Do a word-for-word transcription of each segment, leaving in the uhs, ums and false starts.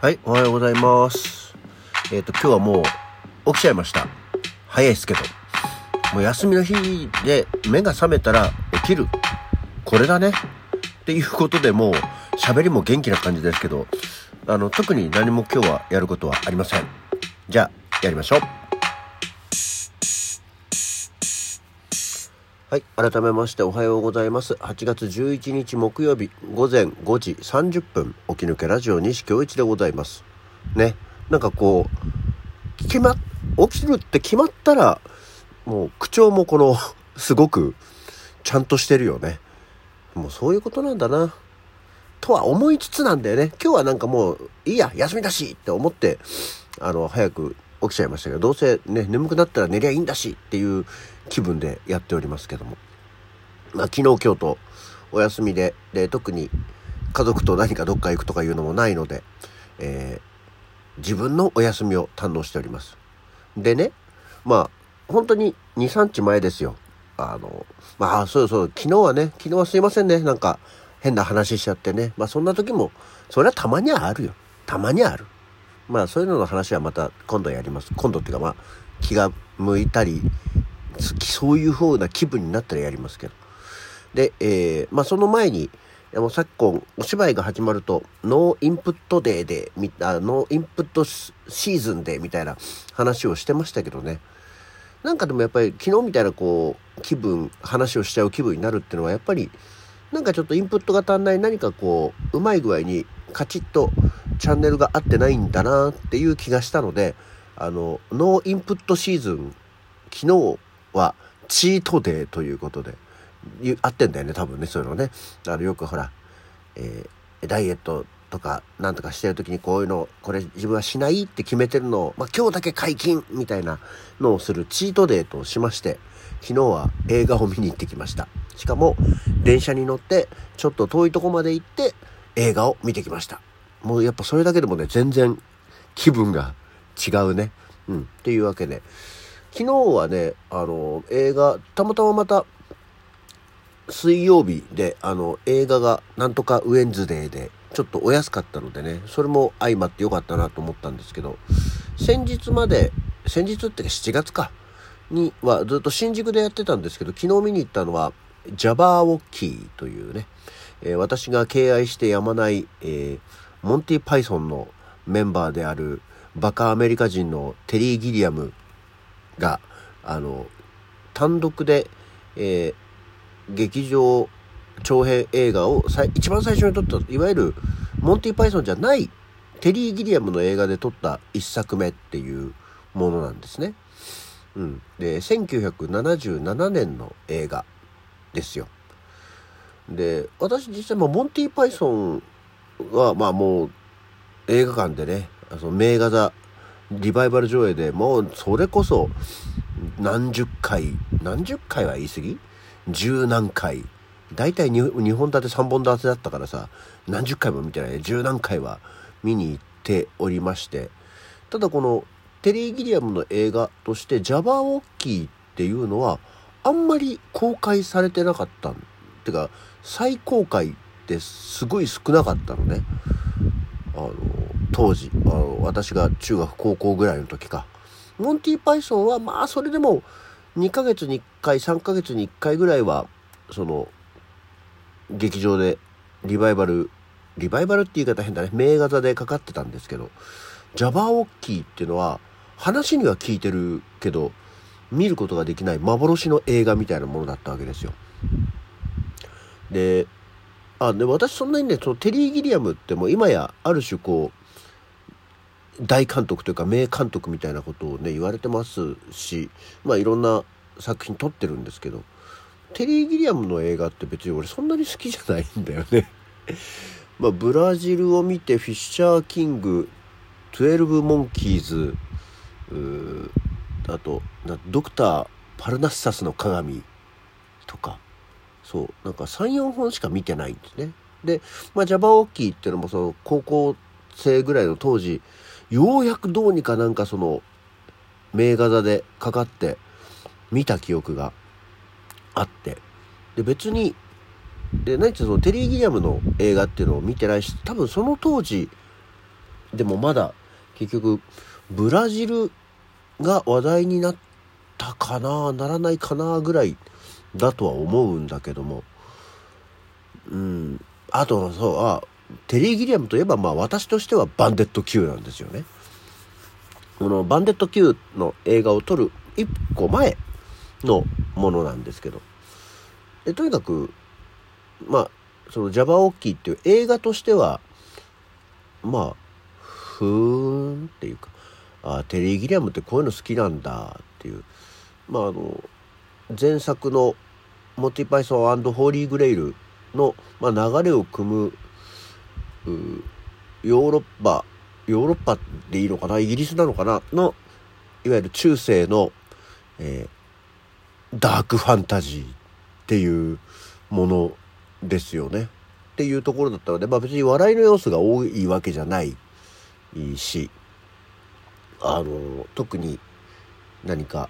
はい、おはようございます。えっと、今日はもう起きちゃいました。早いですけど。もう休みの日で目が覚めたら起きる。これだね。っていうことでもう喋りも元気な感じですけど、あの、特に何も今日はやることはありません。じゃあ、やりましょう。はい、改めましておはようございます。はちがつじゅういちにち木曜日ごぜんごじさんじゅっぷん、起き抜けラジオ西京一でございますね。なんかこう決ま起きるって決まったらもう口調もこのすごくちゃんとしてるよね。もうそういうことなんだなとは思いつつなんだよね。今日はなんかもういいや休みだしって思ってあの早く起きちゃいましたけど、どうせね眠くなったら寝りゃいいんだしっていう気分でやっておりますけども、まあ昨日今日とお休みで、で特に家族と何かどっか行くとかいうのもないので、えー、自分のお休みを堪能しております。でね、まあ本当にに、さんにちまえですよ。あのまあそうそう昨日はね昨日はすいませんね、なんか変な話しちゃってね。まあそんな時もそれはたまにはあるよ。たまにはある。まあそういうのの話はまた今度やります。今度っていうかまあ気が向いたりそういう風な気分になったらやりますけど。で、えー、まあその前にもう昨今お芝居が始まるとノーインプットデーであノーインプットシーズンでみたいな話をしてましたけどね。なんかでもやっぱり昨日みたいなこう気分話をしちゃう気分になるっていうのはやっぱりなんかちょっとインプットが足んない、何かこううまい具合にカチッとチャンネルが合ってないんだなっていう気がしたので、あのノーインプットシーズン、昨日はチートデーということで合ってんだよね多分ね。そういうのね、あのよくほら、えー、ダイエットとかなんとかしてる時にこういうのこれ自分はしないって決めてるのを、まあ、今日だけ解禁みたいなのをするチートデーとしまして、昨日は映画を見に行ってきました。しかも電車に乗ってちょっと遠いとこまで行って映画を見てきました。もうやっぱそれだけでもね全然気分が違うね。うんっていうわけで昨日はねあの映画たまたままた水曜日であの映画がなんとかウェンズデーでちょっとお安かったのでね、それも相まってよかったなと思ったんですけど、先日まで先日ってしちがつかにはずっと新宿でやってたんですけど、昨日見に行ったのはジャバーウォッキーというね、えー、私が敬愛してやまない、えー、モンティパイソンのメンバーであるバカアメリカ人のテリー・ギリアムがあの単独で、えー、劇場長編映画を一番最初に撮った、いわゆるモンティパイソンじゃないテリー・ギリアムの映画で撮った一作目っていうものなんですね。うん、でせんきゅうひゃくななじゅうななねんの映画ですよ。で私実際もモンティパイソンはまあもう映画館でね、その名画座リバイバル上映でもうそれこそ何十回何十回は言い過ぎ十何回、だいたいにほん立てさんぼん立てだったからさ、何十回も見てないね、十何回は見に行っておりまして、ただこのテリー・ギリアムの映画としてジャバーウォッキーっていうのはあんまり公開されてなかったってか、再公開ってすごい少なかったのね。あの当時あの私が中学高校ぐらいの時か。モンティパイソンはまあそれでもにかげつにいっかいさんかげつにいっかいぐらいはその劇場でリバイバルリバイバルって言い方変だね、名画座でかかってたんですけど、ジャバーウォッキーっていうのは話には聞いてるけど見ることができない幻の映画みたいなものだったわけですよ。であで私そんなにねそのテリー・ギリアムってもう今やある種こう大監督というか名監督みたいなことをね言われてますし、まあいろんな作品撮ってるんですけど、テリー・ギリアムの映画って別に俺そんなに好きじゃないんだよねまあブラジルを見てフィッシャーキング、トゥエルブモンキーズ、うあとドクターパルナッサスの鏡とか、そうなんか さん,よん 本しか見てないんですね。で、まあ、ジャバーウォッキーっていうのもその高校生ぐらいの当時ようやくどうにかなんかその名画座でかかって見た記憶があって、で別にで何ていうのテリー・ギリアムの映画っていうのを見てないし、多分その当時でもまだ結局ブラジルが話題になったかなならないかなぐらいだとは思うんだけども、うんあとそうあテリー・ギリアムといえば、まあ私としてはバンデット Q なんですよね。このバンデット Q の映画を撮る一個前のものなんですけど、でとにかくまあそのジャバオッキーっていう映画としてはまあふーんっていうか、あテリー・ギリアムってこういうの好きなんだっていう、まああの前作のモンティ・パイソン&ホーリー・グレイルの、まあ、流れを組むヨーロッパヨーロッパでいいのかなイギリスなのかなのいわゆる中世の、えー、ダークファンタジーっていうものですよねっていうところだったので、まあ別に笑いの要素が多いわけじゃないし、あの特に何か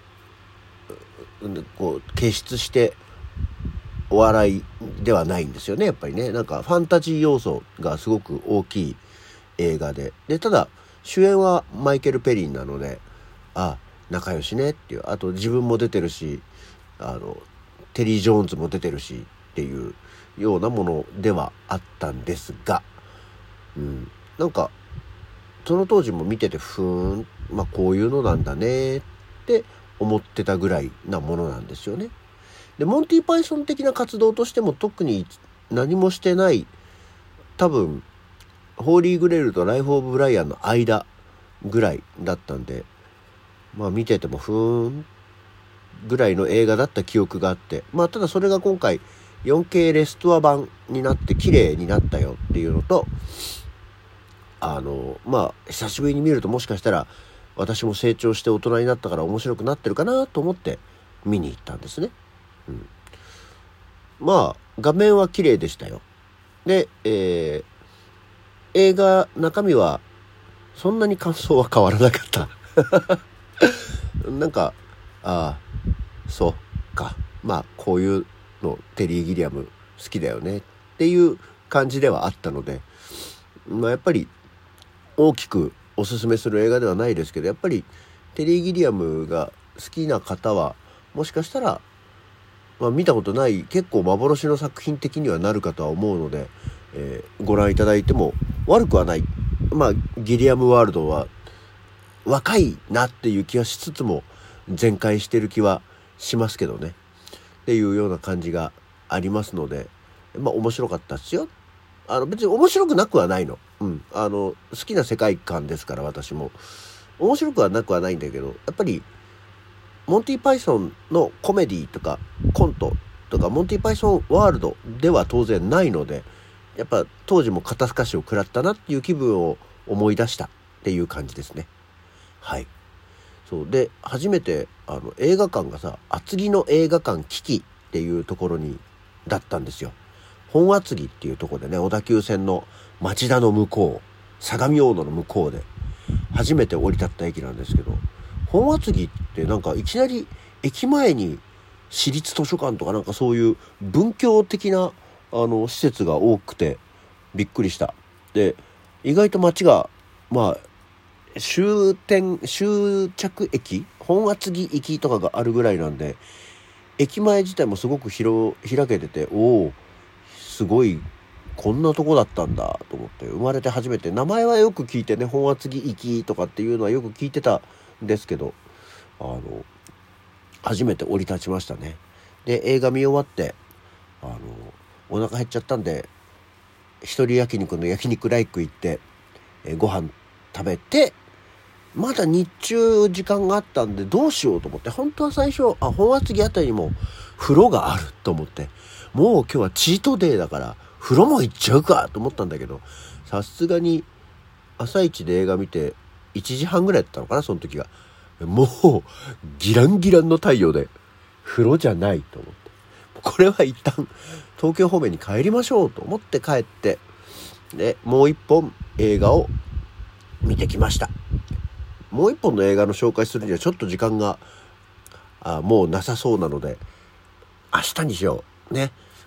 こう傑出してお笑いではないんですよね。やっぱりねなんかファンタジー要素がすごく大きい映画で、でただ主演はマイケル・ペリンなので、あ仲良しねっていう、あと自分も出てるし、あのテリー・ジョーンズも出てるしっていうようなものではあったんですが、うん、なんかその当時も見ててふーんまあこういうのなんだねって思ってたぐらいなものなんですよね。でモンティ・パイソン的な活動としても特に何もしてない、多分ホーリー・グレールとライフ・オブ・ブライアンの間ぐらいだったんで、まあ見ててもふーんぐらいの映画だった記憶があって、まあただそれが今回 よんケー レストア版になって綺麗になったよっていうのと、あのまあ久しぶりに見るともしかしたら私も成長して大人になったから面白くなってるかなと思って見に行ったんですね。うん、まあ画面は綺麗でしたよ。で、えー、映画中身はそんなに感想は変わらなかったなんかああそうかまあこういうのテリー・ギリアム好きだよねっていう感じではあったので、まあ、やっぱり大きくおすすめする映画ではないですけど、やっぱりテリー・ギリアムが好きな方はもしかしたらまあ、見たことない結構幻の作品的にはなるかとは思うので、えー、ご覧いただいても悪くはない。まあギリアムワールドは若いなっていう気はしつつも全開してる気はしますけどねっていうような感じがありますので、まあ面白かったですよ。あの別に面白くなくはないの。うん、あの好きな世界観ですから私も面白くはなくはないんだけど、やっぱりモンティ・パイソンのコメディとかコントとかモンティ・パイソンワールドでは当然ないので、やっぱ当時も肩透かしを食らったなっていう気分を思い出したっていう感じですね。はい。そうで初めてあの映画館がさ、厚木の映画館キキっていうところにだったんですよ。本厚木っていうところでね、小田急線の町田の向こう、相模大野の向こうで初めて降り立った駅なんですけど、本厚木ってなんかいきなり駅前に私立図書館とかなんかそういう文教的なあの施設が多くてびっくりした。で意外と街がまあ終点終着駅本厚木行きとかがあるぐらいなんで、駅前自体もすごく広開けてて、おおすごいこんなとこだったんだと思って、生まれて初めて、名前はよく聞いてね、本厚木行きとかっていうのはよく聞いてたですけど、あの初めて降り立ちましたね。で映画見終わってあのお腹減っちゃったんで一人焼肉の焼肉ライク行って、えご飯食べて、まだ日中時間があったんでどうしようと思って、本当は最初あ本厚木あたりにも風呂があると思って、もう今日はチートデーだから風呂も行っちゃうかと思ったんだけど、さすがに朝一で映画見ていちじはんぐらいだったのかな、その時がもうギランギランの太陽で風呂じゃないと思って、これは一旦東京方面に帰りましょうと思って帰って、でもう一本映画を見てきました。もう一本の映画の紹介するにはちょっと時間があもうなさそうなので明日にしようね。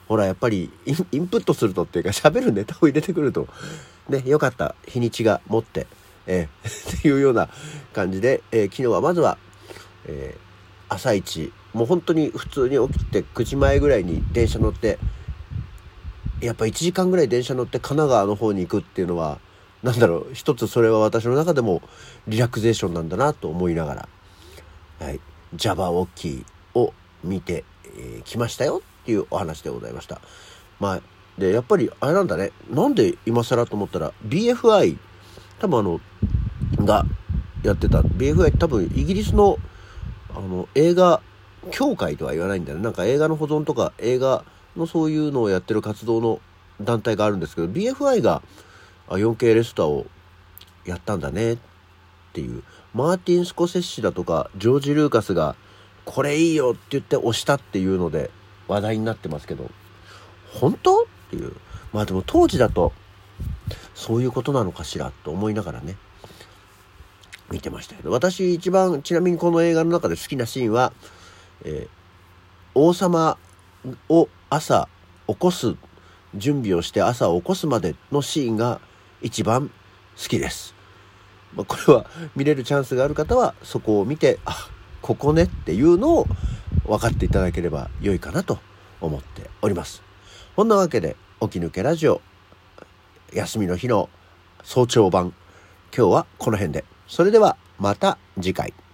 ほらやっぱりイン、インプットするとっていうか喋るネタを入れてくるとね、よかった日にちが持って、えー、っていうような感じで、えー、昨日はまずは、えー、朝一もう本当に普通に起きてくじまえぐらいに電車乗って、やっぱいちじかんぐらい電車乗って神奈川の方に行くっていうのはなんだろう、一つそれは私の中でもリラクゼーションなんだなと思いながら、はい、ジャバオッキーを見てき、えー、ましたよっていうお話でございました。まあでやっぱりあれなんだね、なんで今更と思ったら ビーエフアイ 多分あのがやってた ビーエフアイ 多分イギリスのあの映画協会とは言わないんだよね。なんか映画の保存とか映画のそういうのをやってる活動の団体があるんですけど、 ビーエフアイ が よんケー レスターをやったんだねっていう、マーティン・スコセッシだとかジョージ・ルーカスがこれいいよって言って押したっていうので話題になってますけど、本当っていう、まあでも当時だとそういうことなのかしらと思いながらね見てましたけど、私一番ちなみにこの映画の中で好きなシーンは、えー、王様を朝起こす準備をして朝起こすまでのシーンが一番好きです。まあ、これは見れるチャンスがある方はそこを見て、あ、ここねっていうのを分かっていただければ良いかなと思っております。こんなわけで起き抜けラジオ休みの日の早朝版、今日はこの辺で。それではまた次回。